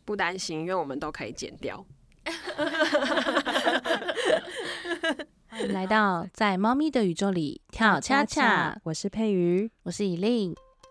不担心，因为我们都可以剪掉。 欢迎来到在猫咪的宇宙里跳恰恰， 我是佩瑜， 我是以令。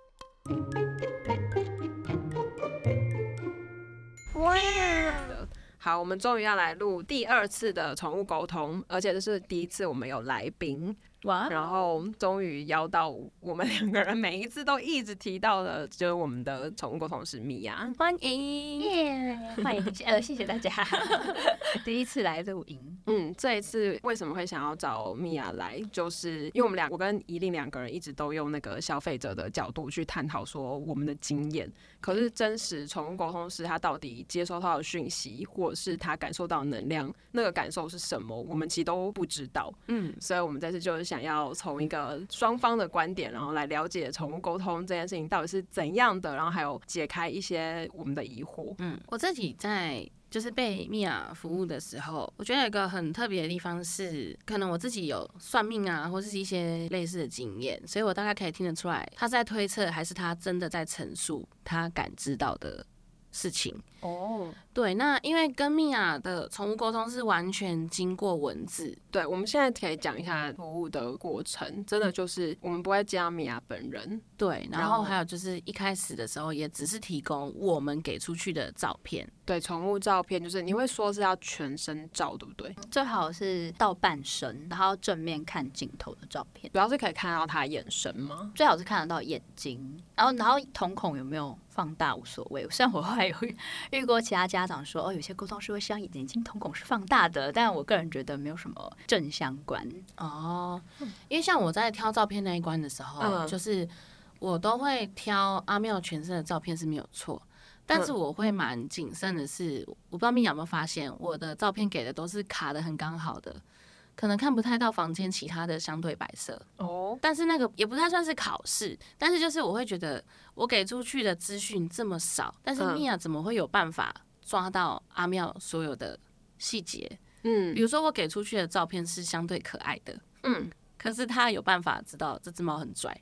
哇！好，我们终于要来录第2次的宠物沟通，而且这是第1次我们有来宾。 哇！ 然后终于邀到我们2个人，每一次都一直提到的，就是我们的宠物沟通师米娅， 欢迎， 欢迎，谢谢大家，第1次来录音。 这一次为什么会想要找米娅来，就是因为我跟怡令2个人一直都用那个消费者的角度去探讨说我们的经验，可是真实宠物沟通师他到底接收到的讯息，或者是他感受到的能量，那个感受是什么，我们其实都不知道。所以我们这次就是想要从一个双方的观点，然后来了解宠物沟通这件事情到底是怎样的，然后还有解开一些我们的疑惑。 我自己在就是被米娅服务的时候，我觉得有一个很特别的地方是，可能我自己有算命啊，或是一些类似的经验，所以我大概可以听得出来，他在推测还是他真的在陈述他感知到的事情。对，那因为跟米娅的宠物沟通是完全经过文字。 对，我们现在可以讲一下服务的过程，真的就是我们不会见到米娅本人。 对，然后还有就是一开始的时候也只是提供我们给出去的照片。 对，宠物照片就是你会说是要全身照，对不对？ 最好是到半身，然后正面看镜头的照片， 主要是可以看到他眼神吗？ 最好是看得到眼睛，然后瞳孔有没有放大无所谓。虽然我后来有遇过其他家长说，有些沟通师会希望眼睛瞳孔是放大的，但我个人觉得没有什么正相关。 因为像我在挑照片那一关的时候，就是我都会挑阿妙全身的照片是没有错，但是我会蛮谨慎的是，我不知道米娅有没有发现，我的照片给的都是卡的很刚好的，可能看不太到房间其他的相对摆设。但是那个也不太算是考试，但是就是我会觉得我给出去的资讯这么少，但是米娅怎么会有办法抓到阿妙所有的细节？比如说我给出去的照片是相对可爱的，可是他有办法知道这只猫很拽，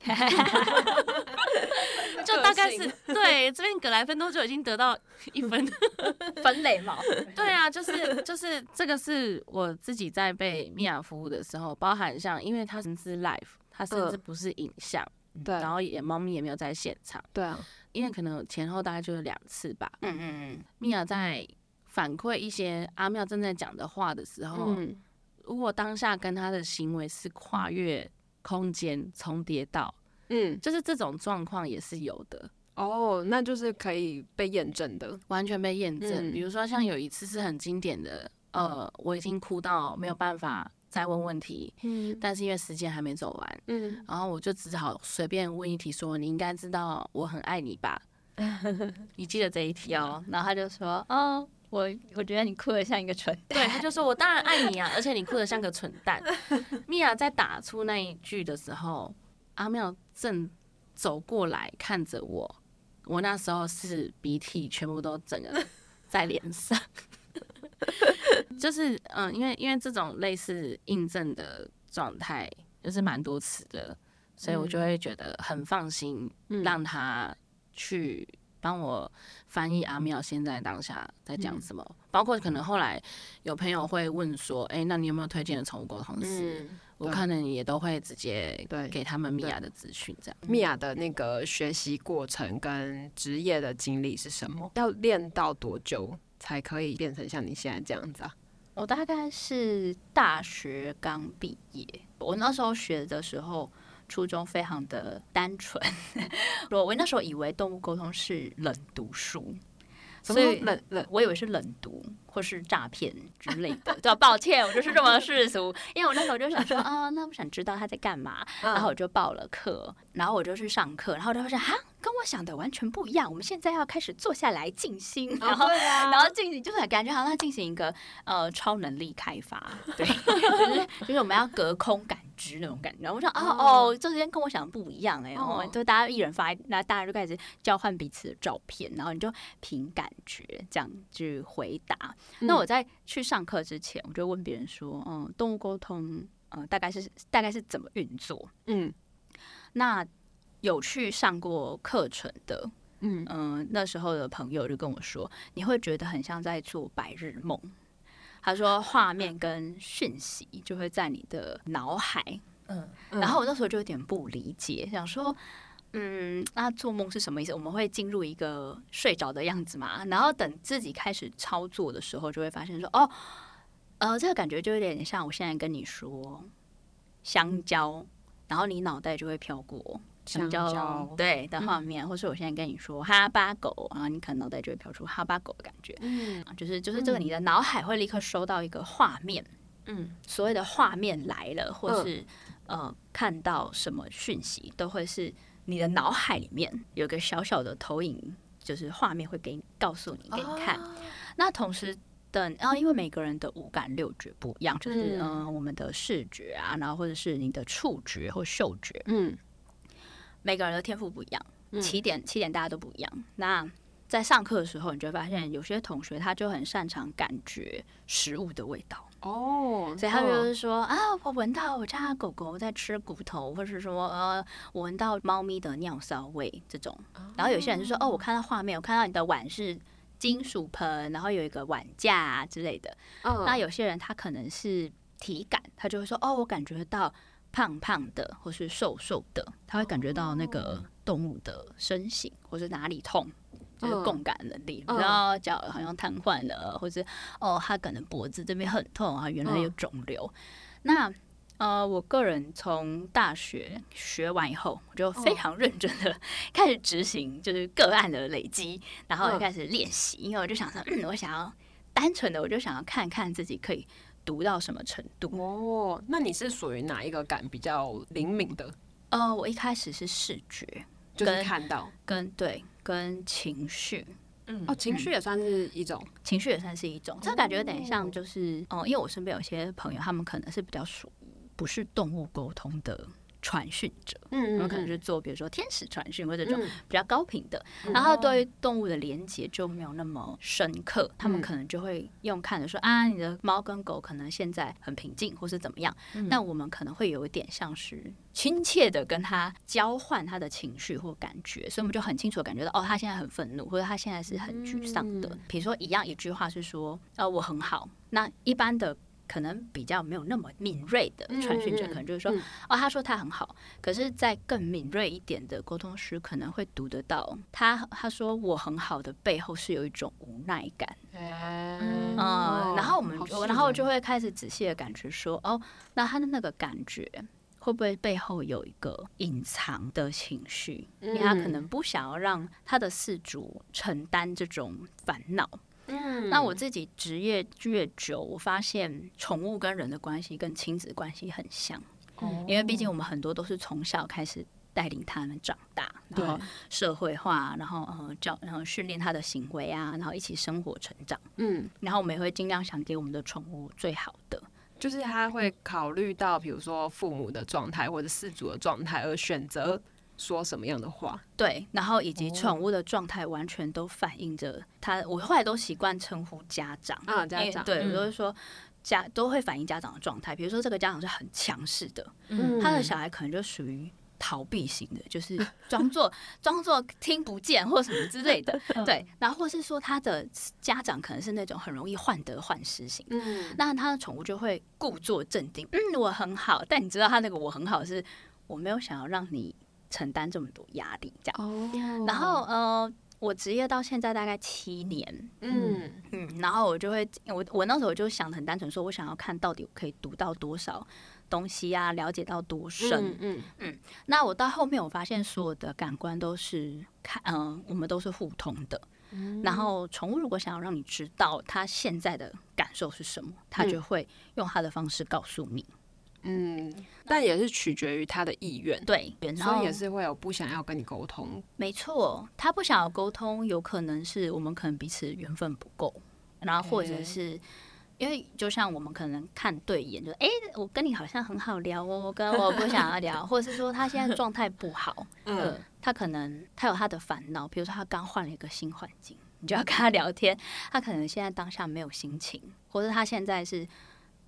就大概是对这边葛莱芬多就已经得到1分分类猫。 对啊，就是这个是我自己在被米娅服务的时候，包含像因为它甚至 live， 它甚至不是影像， 对， 然后猫咪也没有在现场， 对啊， 因为可能前后大概就是2次吧。米娅在反馈一些阿妙正在讲的话的时候，如果当下跟他的行为是跨越空间重叠到，就是这种状况也是有的。 那就是可以被验证的， 完全被验证。比如说像有一次是很经典的，我已经哭到没有办法再问问题，但是因为时间还没走完，然后我就只好随便问一题说，你应该知道我很爱你吧？你记得这一题吗？ 然后他就说，我觉得你哭得像一个蠢蛋。 对，他就说我当然爱你啊，而且你哭得像个蠢蛋。米娅在打出那一句的时候，阿妙正走过来看着我，我那时候是鼻涕全部都整个在脸上。就是因为这种类似印证的状态就是蛮多次的，所以我就会觉得很放心，让他去帮我翻译阿妙现在当下在讲什么，包括可能后来有朋友会问说，那你有没有推荐的宠物沟通师？我可能也都会直接给他们米娅的资讯。这样， 米娅的那个学习过程跟职业的经历是什么？要练到多久才可以变成像你现在这样子啊？ 我大概是大学刚毕业，我那时候学的时候初衷非常的单纯，我那时候以为动物沟通是冷读书，所以我以为是冷读或是诈骗之类的。对，抱歉，我就是这么世俗。因为我那时候就想说那我想知道他在干嘛，然后我就报了课，然后我就去上课，然后我就发现跟我想的完全不一样。我们现在要开始坐下来静心，然后进行，就是感觉好像进行一个超能力开发，对，就是我们要隔空感知那种感觉。我想这间跟我想的不一样就大家一人发，那大家就开始交换彼此的照片，然后你就凭感觉这样去回答。那我在去上课之前，我就问别人说，动物沟通大概是怎么运作？那有去上过课程的， 那时候的朋友就跟我说，你会觉得很像在做白日梦。他说画面跟讯息就会在你的脑海，然后我那时候就有点不理解，想说，那做梦是什么意思？我们会进入一个睡着的样子嘛？然后等自己开始操作的时候，就会发现说，这个感觉就有点像我现在跟你说香蕉，然后你脑袋就会飘过香蕉对的画面，或是我现在跟你说哈巴狗，然后你可能脑袋就会飘出哈巴狗的感觉，就是这个你的脑海会立刻收到一个画面，所谓的画面来了，或是看到什么讯息，都会是你的脑海里面有个小小的投影，就是画面会告诉你给你看。那同时因为每个人的五感六觉不一样，就是我们的视觉啊，然后或者是你的触觉或嗅觉，每个人的天赋不一样，起点大家都不一样。那在上课的时候，你就会发现有些同学他就很擅长感觉食物的味道。所以他就是说我闻到我家的狗狗在吃骨头，或是说我闻到猫咪的尿骚味这种。然后有些人就说我看到画面，我看到你的碗是金属盆，然后有一个碗架之类的。那有些人他可能是体感，他就会说我感觉到胖胖的或是瘦瘦的，他会感觉到那个动物的身形或是哪里痛，就是共感能力，然后脚好像瘫痪了，或是他可能脖子这边很痛啊，原来有肿瘤。那我个人从大学学完以后，我就非常认真的开始执行，就是个案的累积，然后就开始练习，因为我就想说，我想要单纯的，我就想要看看自己可以读到什么程度。 那你是属于哪一个感比较灵敏的？ 我一开始是视觉， 就是看到跟情绪。 情绪也算是一种， 情绪也算是一种。这感觉有点像，就是因为我身边有些朋友，他们可能是比较属于不是动物沟通的传讯者，他们可能是做比如说天使传讯或者这种比较高频的，然后对于动物的连结就没有那么深刻，他们可能就会用看着说你的猫跟狗可能现在很平静或是怎么样，那我们可能会有一点像是亲切的跟他交换他的情绪或感觉，所以我们就很清楚的感觉到他现在很愤怒，或者他现在是很沮丧的。比如说一句话是说我很好，那一般的可能比较没有那么敏锐的传讯者，可能就是说他说他很好，可是在更敏锐一点的沟通师可能会读得到他说我很好的背后是有一种无奈感。然后我就会开始仔细的感觉说那他的那个感觉会不会背后有一个隐藏的情绪，因为他可能不想要让他的饲主承担这种烦恼。那我自己职业越久，我发现宠物跟人的关系跟亲子关系很像，因为毕竟我们很多都是从小开始带领他们长大，然后社会化，然后训练他的行为啊，然后一起生活成长。然后我们也会尽量想给我们的宠物最好的。 就是他会考虑到比如说父母的状态或者饲主的状态而选择说什么样的话。 对，然后以及宠物的状态完全都反映着他。我后来都习惯称呼家长家长， 对，我都会说都会反映家长的状态。比如说这个家长是很强势的，他的小孩可能就属于逃避型的，就是装作听不见或什么之类的。对，然后或是说他的家长可能是那种很容易患得患失型，那他的宠物就会故作镇定，我很好，但你知道他那个我很好是我没有想要让你承担这么多压力这样。然后我职业到现在大概7年，然后我就会我那时候我就想得很单纯，说我想要看到底我可以读到多少东西啊，了解到多深。那我到后面我发现所有的感官都是我们都是互通的。然后宠物如果想要让你知道它现在的感受是什么，它就会用它的方式告诉你。 但也是取决于他的意愿。 对， 所以也是会有不想要跟你沟通。 没错，他不想要沟通，有可能是我们可能彼此缘分不够，然后或者是因为就像我们可能看对眼，就我跟你好像很好聊跟我不想要聊，或者是说他现在状态不好，他可能他有他的烦恼，比如说他刚换了一个新环境，你就要跟他聊天，他可能现在当下没有心情，或者他现在是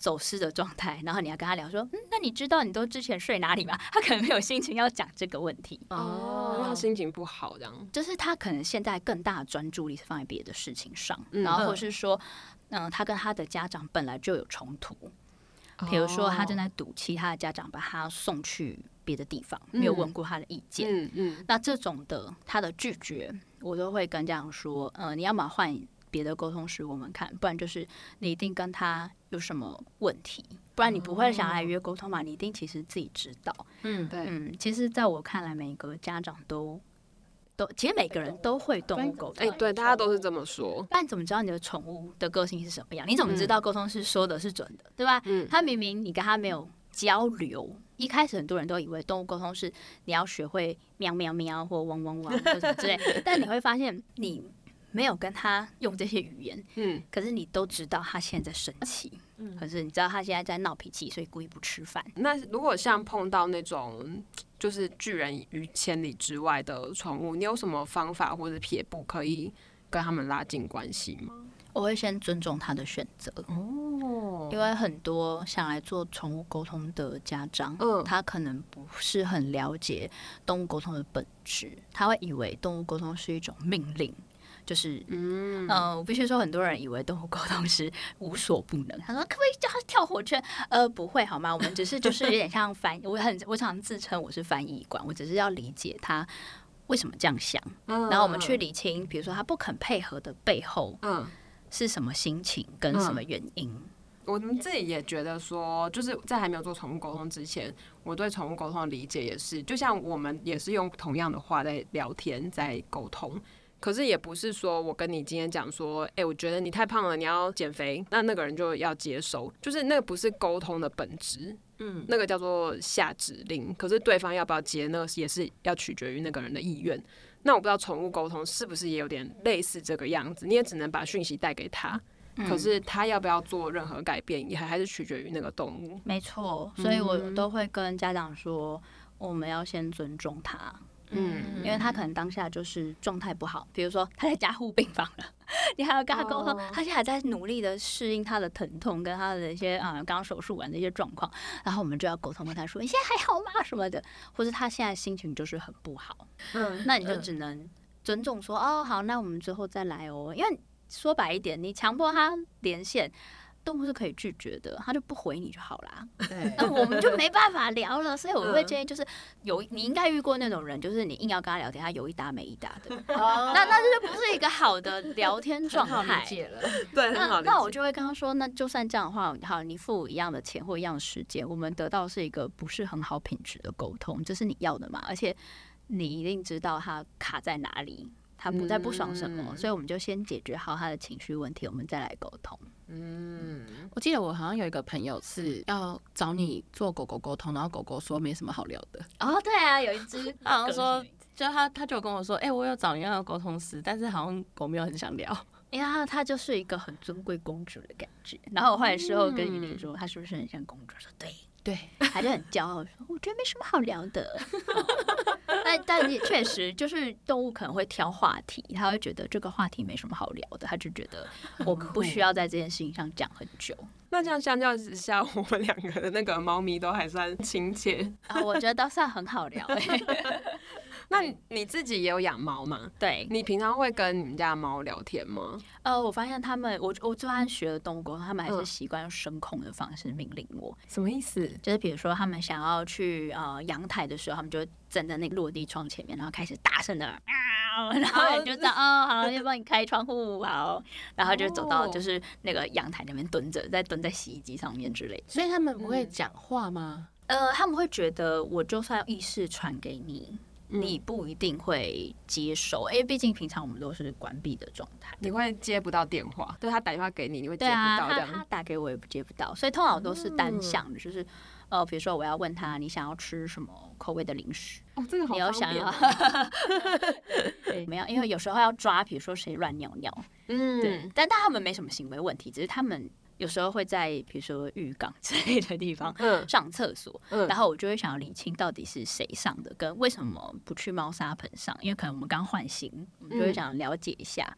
走失的状态，然后你要跟他聊说，那你知道你都之前睡哪里吗？他可能没有心情要讲这个问题因为他心情不好，这样就是他可能现在更大的专注力是放在别的事情上，然后或是说，他跟他的家长本来就有冲突，比如说他正在赌气，他的家长把他送去别的地方，没有问过他的意见，那这种的他的拒绝，我都会跟家长说，你要么换别的沟通师我们看，不然就是你一定跟他有什么问题，不然你不会想来约沟通嘛，你一定其实自己知道。 对， 其实在我看来，每个家长都其实每个人都会动物沟通。 对，大家都是这么说。 但你怎么知道你的宠物的个性是什么样？你怎么知道沟通师说的是准的，对吧？他明明你跟他没有交流，一开始很多人都以为动物沟通是你要学会喵喵喵或汪汪汪或什么之类，但你会发现你没有跟他用这些语言，可是你都知道他现在在生气，可是你知道他现在在闹脾气，所以故意不吃饭。 那如果像碰到那种就是拒人于千里之外的宠物，你有什么方法或者撇步可以跟他们拉近关系吗？ 我会先尊重他的选择因为很多想来做宠物沟通的家长，他可能不是很了解动物沟通的本质，他会以为动物沟通是一种命令。就是我必须说，很多人以为动物沟通师无所不能。他说：“可不可以叫他跳火圈？”不会好吗？我们只是就是有点像翻译，我常自称我是翻译官，我只是要理解他为什么这样想，然后我们去理清，比如说他不肯配合的背后，是什么心情跟什么原因。 我们自己也觉得说，就是在还没有做宠物沟通之前，我对宠物沟通的理解也是，就像我们也是用同样的话在聊天，在沟通。可是也不是说我跟你今天讲说，我觉得你太胖了，你要减肥，那个人就要接受，就是那个不是沟通的本质，那个叫做下指令。可是对方要不要接，那也是要取决于那个人的意愿。那我不知道宠物沟通是不是也有点类似这个样子，你也只能把讯息带给他，可是他要不要做任何改变，也还是取决于那个动物。 没错，所以我都会跟家长说，我们要先尊重他。因为他可能当下就是状态不好，比如说他在加护病房了，你还要跟他沟通，他现在还在努力的适应他的疼痛跟他的一些刚刚手术完的一些状况，然后我们就要沟通跟他说你现在还好吗什么的，或是他现在心情就是很不好，那你就只能尊重说好，那我们之后再来因为说白一点，你强迫他连线。动物是可以拒绝的，他就不回你就好啦。那我们就没办法聊了，所以我会建议，就是你应该遇过那种人，就是你硬要跟他聊天，他有一搭没一搭的，那就是不是一个好的聊天状态。 很好理解了， 对，很好理解。 那我就会跟他说，那就算这样的话，好，你付一样的钱或一样的时间，我们得到是一个不是很好品质的沟通，这是你要的嘛？而且你一定知道他卡在哪里，他不再不爽什么，所以我们就先解决好他的情绪问题，我们再来沟通。 我记得我好像有一个朋友是要找你做狗狗沟通，然后狗狗说没什么好聊的。 对啊，有一只好像说，就他就跟我说，我有找一个沟通师，但是好像狗没有很想聊。 因为他就是一个很尊贵公主的感觉。然后我后来事后跟雨林说，他是不是很像公主？说对，他就很骄傲说，我觉得没什么好聊的。但也确实就是动物可能会挑话题，他会觉得这个话题没什么好聊的，他就觉得我们不需要在这件事情上讲很久。 那这样相较之下，我们两个的那个猫咪都还算亲切我觉得都算很好聊那你自己也有养猫吗？ 对， 你平常会跟你们家的猫聊天吗？ 我发现他们，我就算学了动物沟通，他们还是习惯用声控的方式命令我。 什么意思？ 就是比如说他们想要去阳台的时候，他们就站在那个落地窗前面，然后开始大声的然后你就知道好，要帮你开窗户好，然后就走到就是那个阳台那边蹲着，再蹲在洗衣机上面之类的。 所以他们不会讲话吗？ 他们会觉得我就算意识传给你。你不一定会接受，因为毕竟平常我们都是关闭的状态。 你会接不到电话，对他打电话给你，你会接不到这样。 他打给我也接不到，所以通常都是单向的，就是比如说我要问他你想要吃什么口味的零食， 这个好方便。 你有想要没有？因为有时候要抓，比如说谁乱尿尿，对，但他们没什么行为问题，只是他们。有时候会在比如说浴缸之类的地方上厕所，然后我就会想要理清到底是谁上的，跟为什么不去猫砂盆上，因为可能我们刚换新，我们就会想了解一下。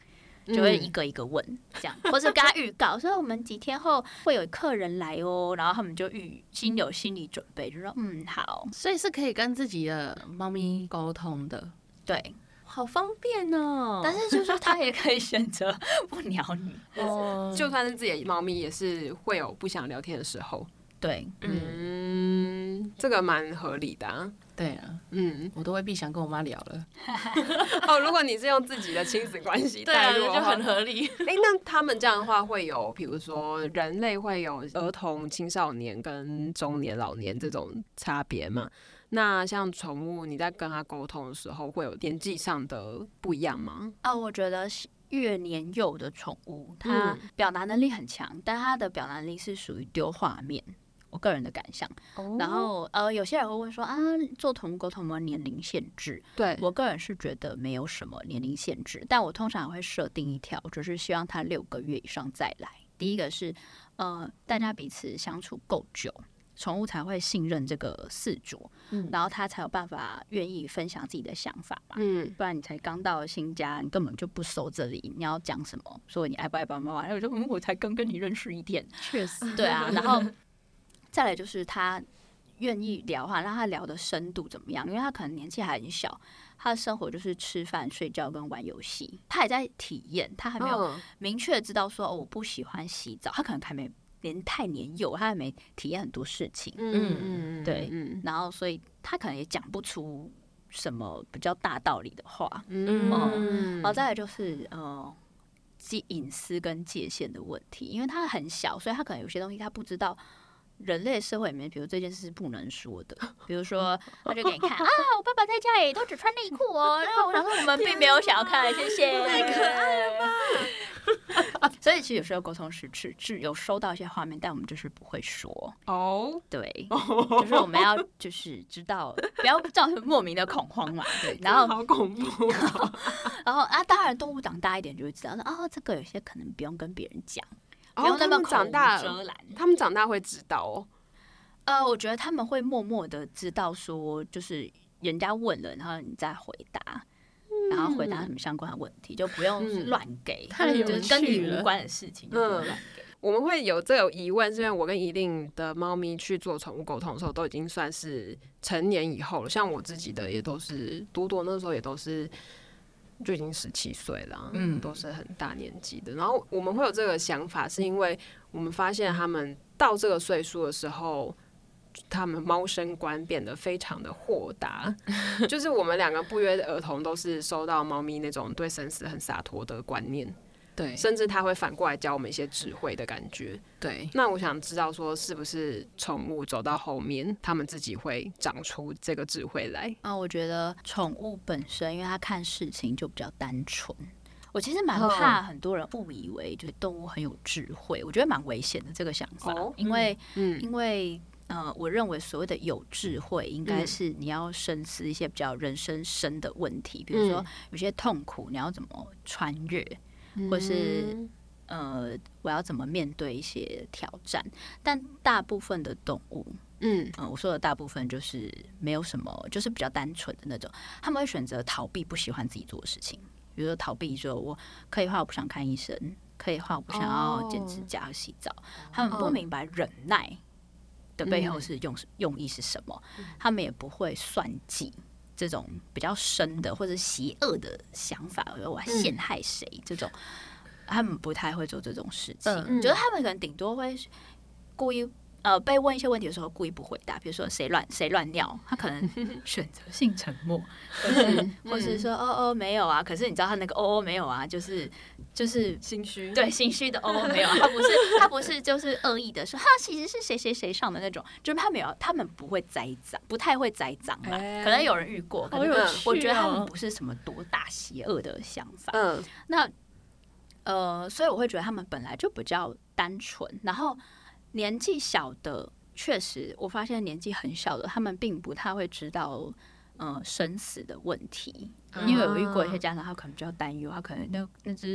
就会一个一个问这样，或是跟他预告说我们几天后会有客人来哦，然后他们就有心理准备，就说好， 所以是可以跟自己的猫咪沟通的， 对。 好方便哦。 但是就是他也可以选择不鸟你， 就算是自己的猫咪，也是会有不想聊天的时候。 对， 这个蛮合理的啊。 对啊，我都未必想跟我妈聊了。 如果你是用自己的亲子关系对啊， 带入的话， 就很合理。 那他们这样的话会有，比如说人类会有儿童、青少年跟中年、老年这种差别吗？那像宠物，你在跟他沟通的时候，会有年纪上的不一样吗？ 我觉得越年幼的宠物，它表达能力很强，但它的表达能力是属于丢画面。我个人的感想，然后有些人会问说做宠物沟通有没有年龄限制？ 对我个人是觉得没有什么年龄限制，但我通常会设定一条，就是希望它6个月以上再来。第一个是大家彼此相处够久，宠物才会信任这个饲主，然后他才有办法愿意分享自己的想法嘛。不然你才刚到新家，你根本就不熟这里，你要讲什么？说你爱不爱爸爸妈妈？我说我才刚跟你认识一天， 确实， 对啊。然后再来就是他愿意聊让他聊的深度怎么样？因为他可能年纪还很小，他的生活就是吃饭、睡觉跟玩游戏，他还在体验，他还没有明确知道说我不喜欢洗澡，他可能还没。太年幼，他还没体验很多事情，对，然后所以他可能也讲不出什么比较大道理的话，然后再来就是隐私跟界限的问题，因为他很小，所以他可能有些东西他不知道。人类社会里面，比如这件事是不能说的，比如说他就给你看我爸爸在家里都只穿内裤哦，然后我想说我们并没有想要看，谢谢，太可爱了吧。所以其实有时候沟通时是有收到一些画面，但我们就是不会说对，就是我们要就是知道不要造成莫名的恐慌嘛，对，然后好恐怖， 然后当然动物长大一点就会知道这个有些可能不用跟别人讲。不用那么口无遮拦， 他们长大会知道我觉得他们会默默的知道说，就是人家问了，然后你再回答，然后回答什么相关的问题，就不用乱给，就是跟你无关的事情就不用乱给。 我们会有这个疑问，是因为我跟一定的猫咪去做宠物沟通的时候，都已经算是成年以后了。像我自己的也都是多多那时候也都是。就已经17岁了，都是很大年纪的。然后我们会有这个想法，是因为我们发现他们到这个岁数的时候，他们猫生观变得非常的豁达。就是我们2个不约的儿童都是收到猫咪那种对生死很洒脱的观念。对，甚至他会反过来教我们一些智慧的感觉。对，那我想知道说，是不是宠物走到后面，他们自己会长出这个智慧来？ 我觉得宠物本身，因为它看事情就比较单纯。我其实蛮怕很多人误以为就是动物很有智慧，我觉得蛮危险的这个想法，因为我认为所谓的有智慧，应该是你要深思一些比较人生深的问题，比如说有些痛苦你要怎么穿越。或是我要怎么面对一些挑战？但大部分的动物，我说的大部分就是没有什么，就是比较单纯的那种，他们会选择逃避不喜欢自己做的事情，比如说逃避说我可以的话我不想看医生，可以的话我不想要剪指甲和洗澡，他们不明白忍耐的背后是用意是什么，他们也不会算计。这种比较深的或者邪恶的想法，我要陷害谁这种，他们不太会做这种事情。觉得他们可能顶多会故意被问一些问题的时候故意不回答，比如说谁乱尿，他可能选择性沉默，或是说没有啊，可是你知道他那个没有啊，就是心虚， 对，心虚的没有啊，他不是就是恶意的说其实是谁上的那种，就是他们不会栽赃，不太会栽赃啦，可能有人遇过，可能我觉得他们不是什么多大邪恶的想法，那所以我会觉得他们本来就比较单纯，然后年纪小的确实我发现年纪很小的他们并不太会知道生死的问题，因为有遇过一些家长他可能比较担忧，他可能那只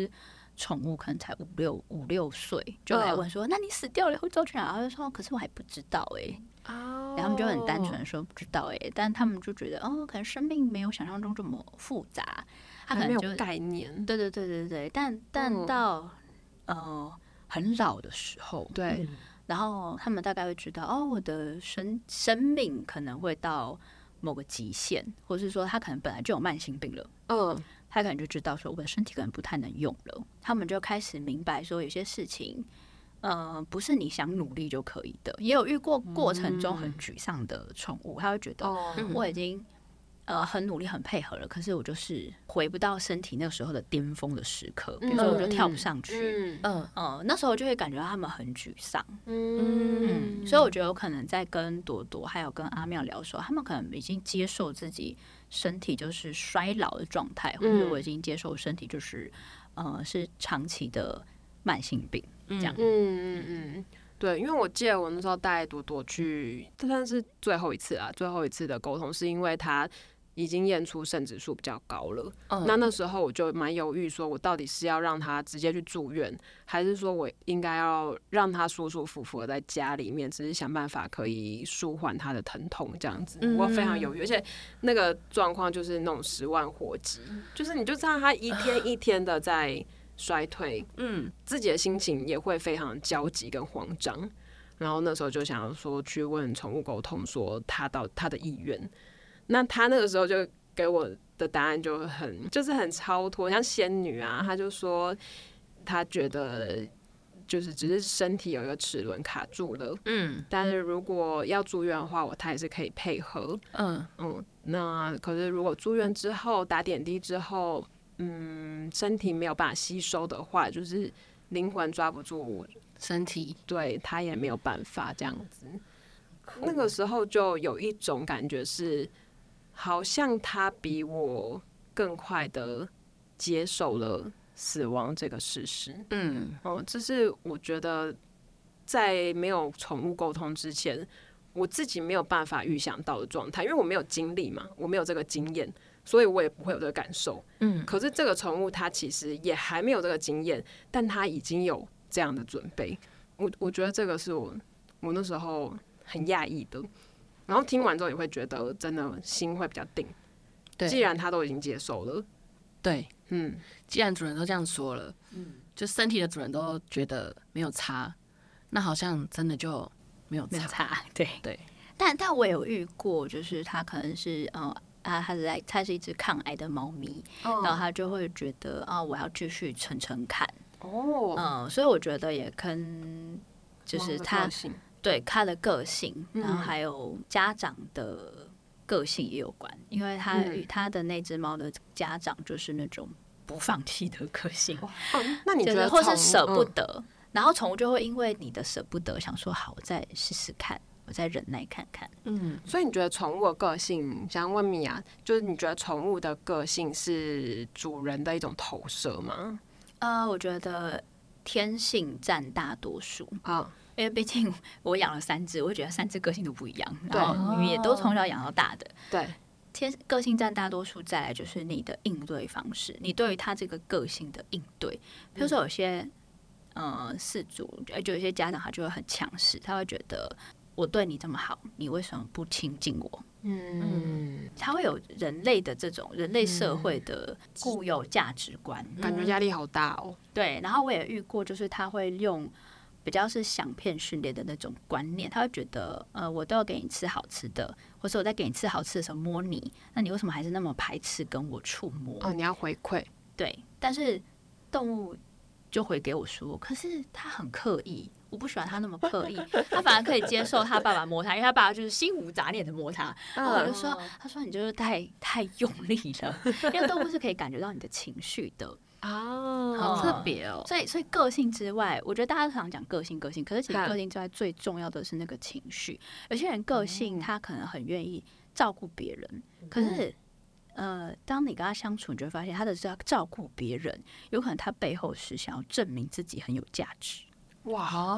宠物可能才五六岁就来问说，那你死掉了会走去哪？然后就说可是我还不知道然后他们就很单纯的说不知道但他们就觉得可能生命没有想象中这么复杂，他可能就没有概念。 对，但到很老的时候， 对， 然后他们大概会知道我的生命可能会到某个极限，或是说他可能本来就有慢性病了，他可能就知道说我的身体可能不太能用了，他们就开始明白说有些事情不是你想努力就可以的。也有遇过过程中很沮丧的宠物，他会觉得我已经很努力很配合了，可是我就是回不到身体那时候的巅峰的时刻，比如说我就跳不上去，那时候就会感觉到他们很沮丧，所以我觉得有可能在跟朵朵还有跟阿妙聊的时候，他们可能已经接受自己身体就是衰老的状态，或者我已经接受身体就是是长期的慢性病这样。 对，因为我记得我那时候带朵朵去，但是最后一次的沟通是因为他已经验出肾指数比较高了。那时候我就蛮犹豫，说我到底是要让他直接去住院，还是说我应该要让他舒舒服服的在家里面，只是想办法可以舒缓他的疼痛这样子。我非常犹豫，而且那个状况就是那种10万火急，就是你就知道他一天一天的在衰退，自己的心情也会非常焦急跟慌张。然后那时候就想要说去问宠物沟通，说他的意愿。那他那个时候就给我的答案就很超脱，像仙女啊，他就说他觉得就是只是身体有一个齿轮卡住了，但是如果要住院的话，他也是可以配合，那可是如果住院之后打点滴之后，身体没有办法吸收的话，就是灵魂抓不住身体， 对他也没有办法这样子。那个时候就有一种感觉是，好像他比我更快的接受了死亡这个事实。这是我觉得在没有宠物沟通之前，我自己没有办法预想到的状态，因为我没有经历嘛，我没有这个经验。所以我也不会有这个感受，可是这个宠物它其实也还没有这个经验，但它已经有这样的准备。我觉得这个是我那时候很讶异的，然后听完之后也会觉得真的心会比较定。 对， 既然他都已经接受了， 对，既然主人都这样说了，就身体的主人都觉得没有差，那好像真的就没有差，对。 但我有遇过，就是他可能是它是一只抗癌的猫咪，然后他就会觉得我要继续撑看，所以我觉得也跟就是他对他的个性，然后还有家长的个性也有关，因为他的那只猫的家长就是那种不放弃的个性， 那你觉得或是舍不得，然后宠物就会因为你的舍不得，想说好，我再试试看。我再忍耐看看。 所以你觉得宠物的个性，想问米娅，就是你觉得宠物的个性是主人的一种投射吗？ 我觉得天性占大多数因为毕竟我养了3只，我觉得3只个性都不一样，然后也都从小养到大的， 对， 个性占大多数，再来就是你的应对方式，你对于他这个个性的应对，比如说有些饲主，就有些家长他就会很强势，他会觉得。我对你这么好，你为什么不亲近我？他会有人类的这种人类社会的固有价值观， 感觉压力好大哦。 对，然后我也遇过，就是他会用比较是想骗训练的那种观念，他会觉得我都要给你吃好吃的，或者我在给你吃好吃的时候摸你，那你为什么还是那么排斥跟我触摸？ 你要回馈。 对，但是动物就回给我说，可是他很刻意。我不喜欢他那么刻意，他反而可以接受他爸爸摸他，因为他爸爸就是心无杂念的摸他。然后我就说，他说你就是太用力了，因为动物是可以感觉到你的情绪的。 好特别哦。 所以个性之外，我觉得大家常讲个性，可是其实个性之外最重要的是那个情绪。有些人个性他可能很愿意照顾别人，可是当你跟他相处，你就会发现他的是要照顾别人，有可能他背后是想要证明自己很有价值。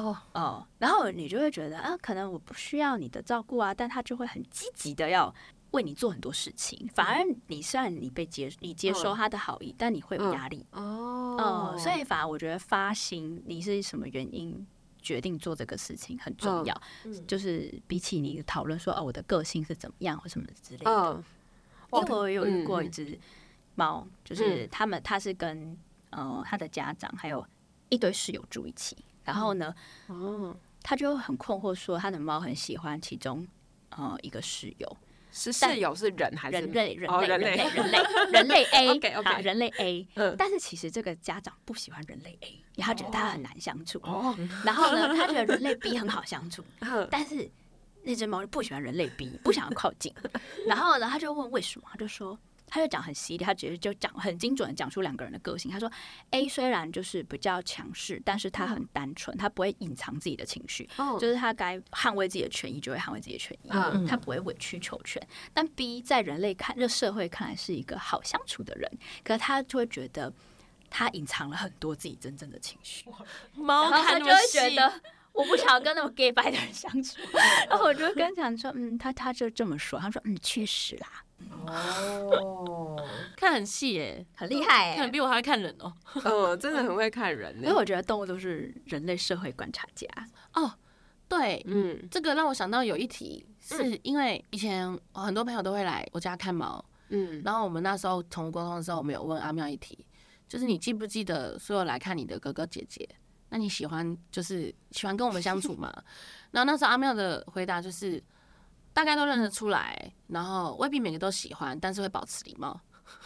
然后你就会觉得可能我不需要你的照顾啊，但他就会很积极的要为你做很多事情，反而你虽然你接收他的好意，但你会有压力。所以反而我觉得发心，你是什么原因决定做这个事情很重要，就是比起你讨论说我的个性是怎么样或什么之类的。因为我有遇过一只猫，就是他是跟他的家长还有一堆室友住一起，然后呢，他就很困惑说他的猫很喜欢其中一个室友。 是室友是人还是人类 A， OK 人类 A，但是其实这个家长不喜欢人类 A， 因为他觉得他很难相处。然后呢，他觉得人类 B 很好相处，但是那只猫就不喜欢人类 B， 不想要靠近。然后呢，他就问为什么，他就讲很犀利，他直接就讲很精准的讲出两个人的个性。他说 A 虽然就是比较强势，但是他很单纯，他不会隐藏自己的情绪，就是他该捍卫自己的权益就会捍卫自己的权益，他不会委曲求全。但 B 在人类社会看来是一个好相处的人，可是他就会觉得他隐藏了很多自己真正的情绪， 猫看就会觉得我不想要跟那么 gay 白的人相处。然后我就跟他讲说，他就这么说，他说确实啦。 看很细耶， 很厉害耶， 可能比我还会看人真的很会看人。 因为我觉得动物都是人类社会观察家。 对，这个让我想到有一题，是因为以前很多朋友都会来我家看猫，然后我们那时候宠物沟通的时候，我们有问阿妙一题，就是你记不记得所有来看你的哥哥姐姐？那你喜欢跟我们相处吗？然后那时候阿妙的回答就是大概都认得出来，然后未必每个都喜欢，但是会保持礼貌。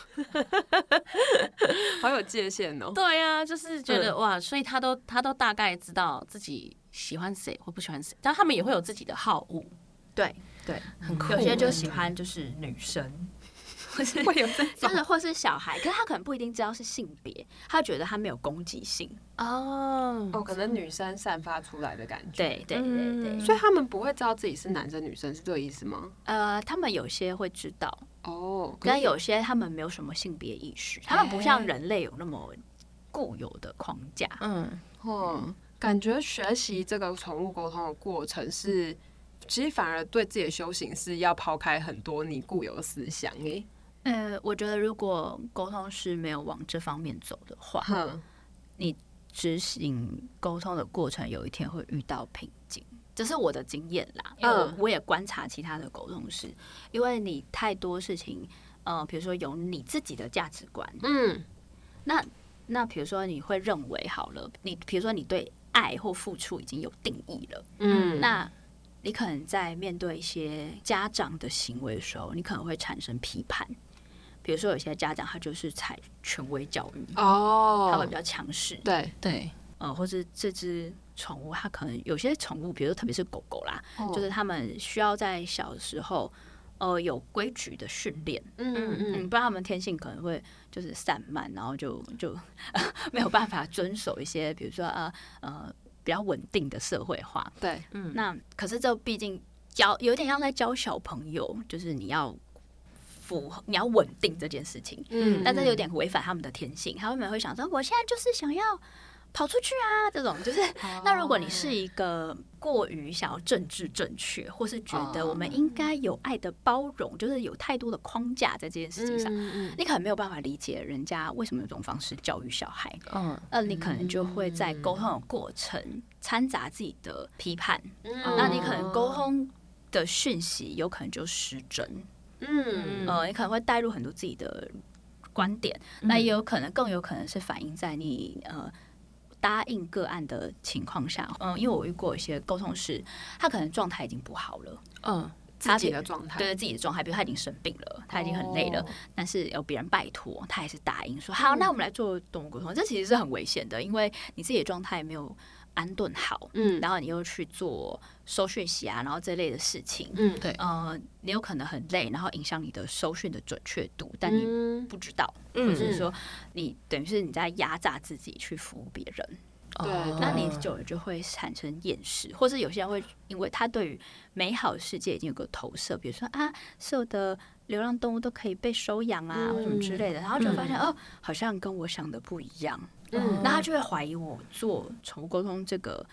好有界限哦。 对啊，就是觉得哇，所以他都大概知道自己喜欢谁或不喜欢谁，但他们也会有自己的好恶。 对， 很酷。 有些就喜欢就是女生。 会有这种， 或是小孩，可是他可能不一定知道是性别，他觉得他没有攻击性可能女生散发出来的感觉。 对， 所以他们不会知道自己是男生女生，是这个意思吗？ 他们有些会知道可是有些他们没有什么性别意识，他们不像人类有那么固有的框架。 感觉学习这个宠物沟通的过程是，其实反而对自己的修行是要抛开很多你固有的思想。 我觉得如果沟通师没有往这方面走的话，你执行沟通的过程有一天会遇到瓶颈，这是我的经验啦。因为我也观察其他的沟通师，因为你太多事情，比如说有你自己的价值观，那比如说你会认为好了，比如说你对爱或付出已经有定义了，那你可能在面对一些家长的行为的时候，你可能会产生批判。比如说有些家长他就是采权威教育，他会比较强势， 对， 或是这只宠物，它可能有些宠物，比如说特别是狗狗啦，就是他们需要在小的时候有规矩的训练，不然他们天性可能会就是散漫，然后就没有办法遵守一些，比如说比较稳定的社会化。 对， 那可是这毕竟有点像在教小朋友，就是你要稳定这件事情，但这有点违反他们的天性，他们会想说，我现在就是想要跑出去啊，这种就是。那如果你是一个过于想要政治正确，或是觉得我们应该有爱的包容，就是有太多的框架在这件事情上，你可能没有办法理解人家为什么有这种方式教育小孩。你可能就会在沟通的过程掺杂自己的批判，那你可能沟通的讯息有可能就失真。你可能会带入很多自己的观点，那也有可能，更有可能是反映在你答应个案的情况下。因为我遇过一些沟通师，他可能状态已经不好了， 自己的状态， 对自己的状态，比如他已经生病了，他已经很累了，但是有别人拜托，他还是答应说好，那我们来做动物沟通。这其实是很危险的，因为你自己的状态没有安顿好，然后你又去做收讯息啊，然后这类的事情， 对， 你有可能很累，然后影响你的收讯的准确度，但你不知道，或者是说你等于是你在压榨自己去服务别人。那你久了就会产生厌世，或是有些人会因为他对于美好的世界已经有个投射，比如说所有的流浪动物都可以被收养啊，或什么之类的，然后就发现好像跟我想的不一样，那他就会怀疑我做宠物沟通这个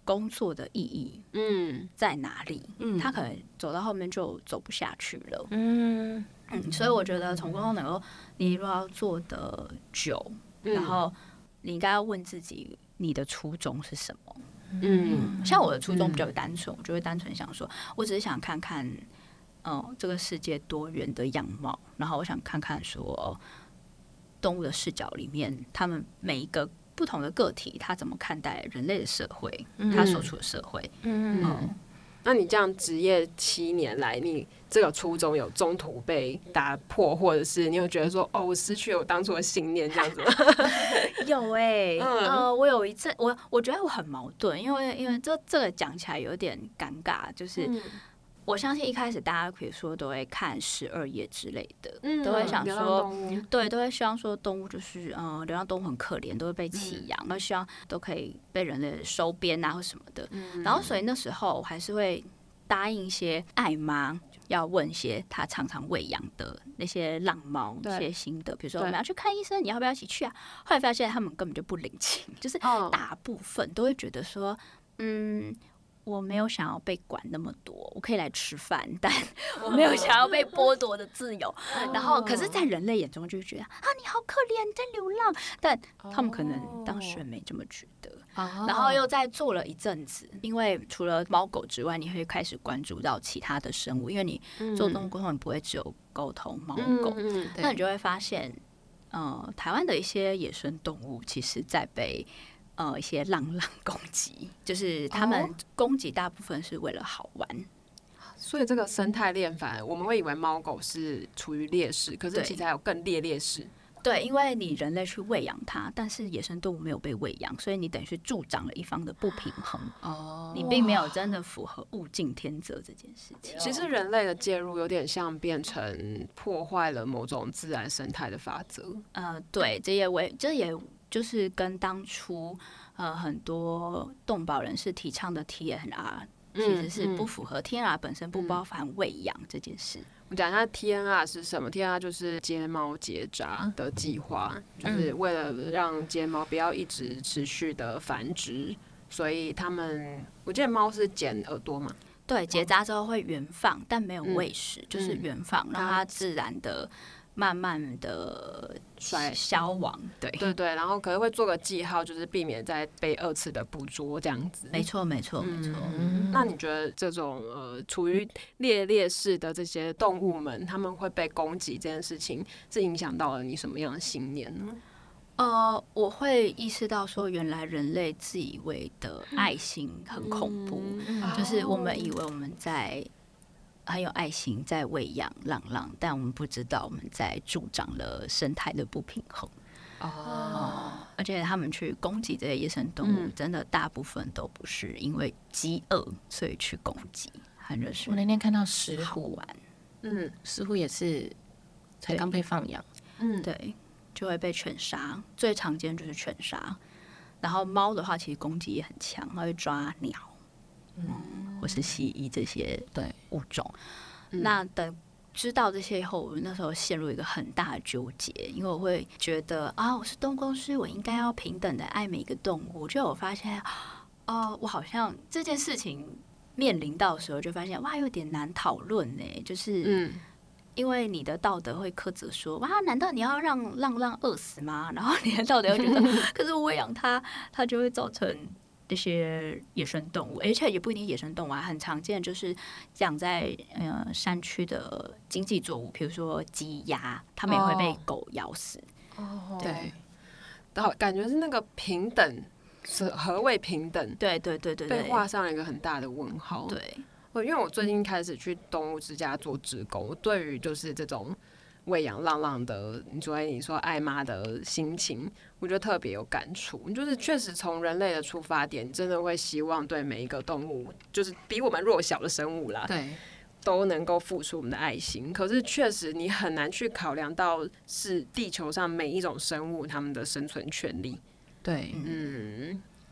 工作的意义在哪里？他可能走到后面就走不下去了。所以我觉得从沟通能够，你如果要做的久，然后你应该要问自己，你的初衷是什么？像我的初衷比较单纯，我就会单纯想说，我只是想看看，这个世界多元的样貌，然后我想看看说，动物的视角里面，他们每一个不同的个体，他怎么看待人类的社会，他所处的社会。 那你这样职业7年来，你这个初衷有中途被打破，或者是你有觉得说，我失去了我当初的信念这样子吗？ 有我有一阵，我觉得我很矛盾，因为这个讲起来有点尴尬，就是我相信一开始大家比如说都会看12页之类的，都会想说，对，都会希望说动物就是流浪动物很可怜，都会被弃养，都希望都可以被人类收编啊或什么的。然后所以那时候我还是会答应一些爱妈，要问一些他常常喂养的那些浪猫一些新的，比如说我们要去看医生，你要不要一起去啊？后来发现他们根本就不领情，就是大部分都会觉得说，我没有想要被管那么多，我可以来吃饭，但我没有想要被剥夺的自由。然后，可是，在人类眼中就觉得你好可怜，你在流浪。但他们可能当时没这么觉得。然后又在做了一阵子，因为除了猫狗之外，你会开始关注到其他的生物，因为你做动物沟通，你不会只有沟通猫狗，那你就会发现，台湾的一些野生动物其实在被一些浪攻击，就是他们攻击大部分是为了好玩。 所以这个生态链反而我们会以为猫狗是处于劣势，可是其实还有更劣势。 对，因为你人类去喂养它，但是野生动物没有被喂养，所以你等于是助长了一方的不平衡。你并没有真的符合物竞天择这件事情。 其实人类的介入有点像变成破坏了某种自然生态的法则。 对，这也就是跟当初很多动保人士提倡的 TNR 其实是不符合，TNR 本身不包含喂养这件事。 我讲一下 TNR 是什么。 TNR 就是接猫结扎的计划，就是为了让接猫不要一直持续的繁殖，所以他们我记得猫是剪耳朵嘛， 对，结扎之后会原放，但没有喂食，就是原放，让它自然的慢慢的消亡。对， 然后可能会做个记号，就是避免再被2次的捕捉这样子。 没错。 那你觉得这种处于劣势的这些动物们，他们会被攻击这件事情，是影响到了你什么样的信念呢？ 我会意识到说，原来人类自以为的爱心很恐怖，就是我们以为我们在很有爱心在喂养浪浪，但我们不知道我们在助长了生态的不平衡。而且他们去攻击这些野生动物，真的大部分都不是因为饥饿所以去攻击，很热是我那天看到石虎玩， 石虎也是才刚被放养， 对，就会被犬杀，最常见就是犬杀。然后猫的话，其实攻击也很强，它会抓鸟，或是蜥蜴这些物种。那等知道这些以后，我那时候陷入一个很大的纠结，因为我会觉得我是动物沟通师，我应该要平等的爱每一个动物。结果我发现，我好像这件事情面临到的时候，就发现有点难讨论呢，就是因为你的道德会苛责说，难道你要让浪浪饿死吗？然后你的道德会觉得，可是我喂养它，它就会造成这些野生动物，而且也不一定野生动物很常见，就是养在山区的经济作物，比如说鸡鸭，它们也会被狗咬死。 对，感觉是那个平等，何谓平等？ 对， 被画上了一个很大的问号。 对， 因为我最近开始去动物之家做志工，我对于就是这种喂养浪浪的，你说爱妈的心情，我觉得特别有感触。就是确实从人类的出发点，真的会希望对每一个动物，就是比我们弱小的生物啦， 对， 都能够付出我们的爱心。可是确实你很难去考量到是地球上每一种生物它们的生存权利。 对，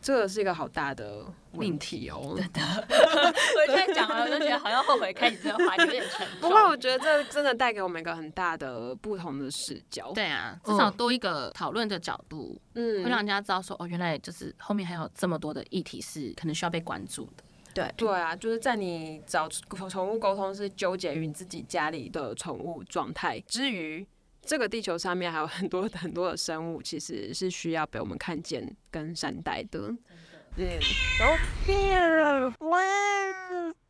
这个是一个好大的问题哦。 真的，我现在讲完我都觉得好像后悔开始这个话题，有点沉重。 不过我觉得这真的带给我们一个很大的不同的视角。 对啊，至少多一个讨论的角度，会让人家知道说，哦，原来就是后面还有这么多的议题是可能需要被关注的。 对啊，就是在你找宠物沟通是纠结于你自己家里的宠物状态之余，这个地球上面还有很多很多的生物，其实是需要被我们看见跟善待的。然后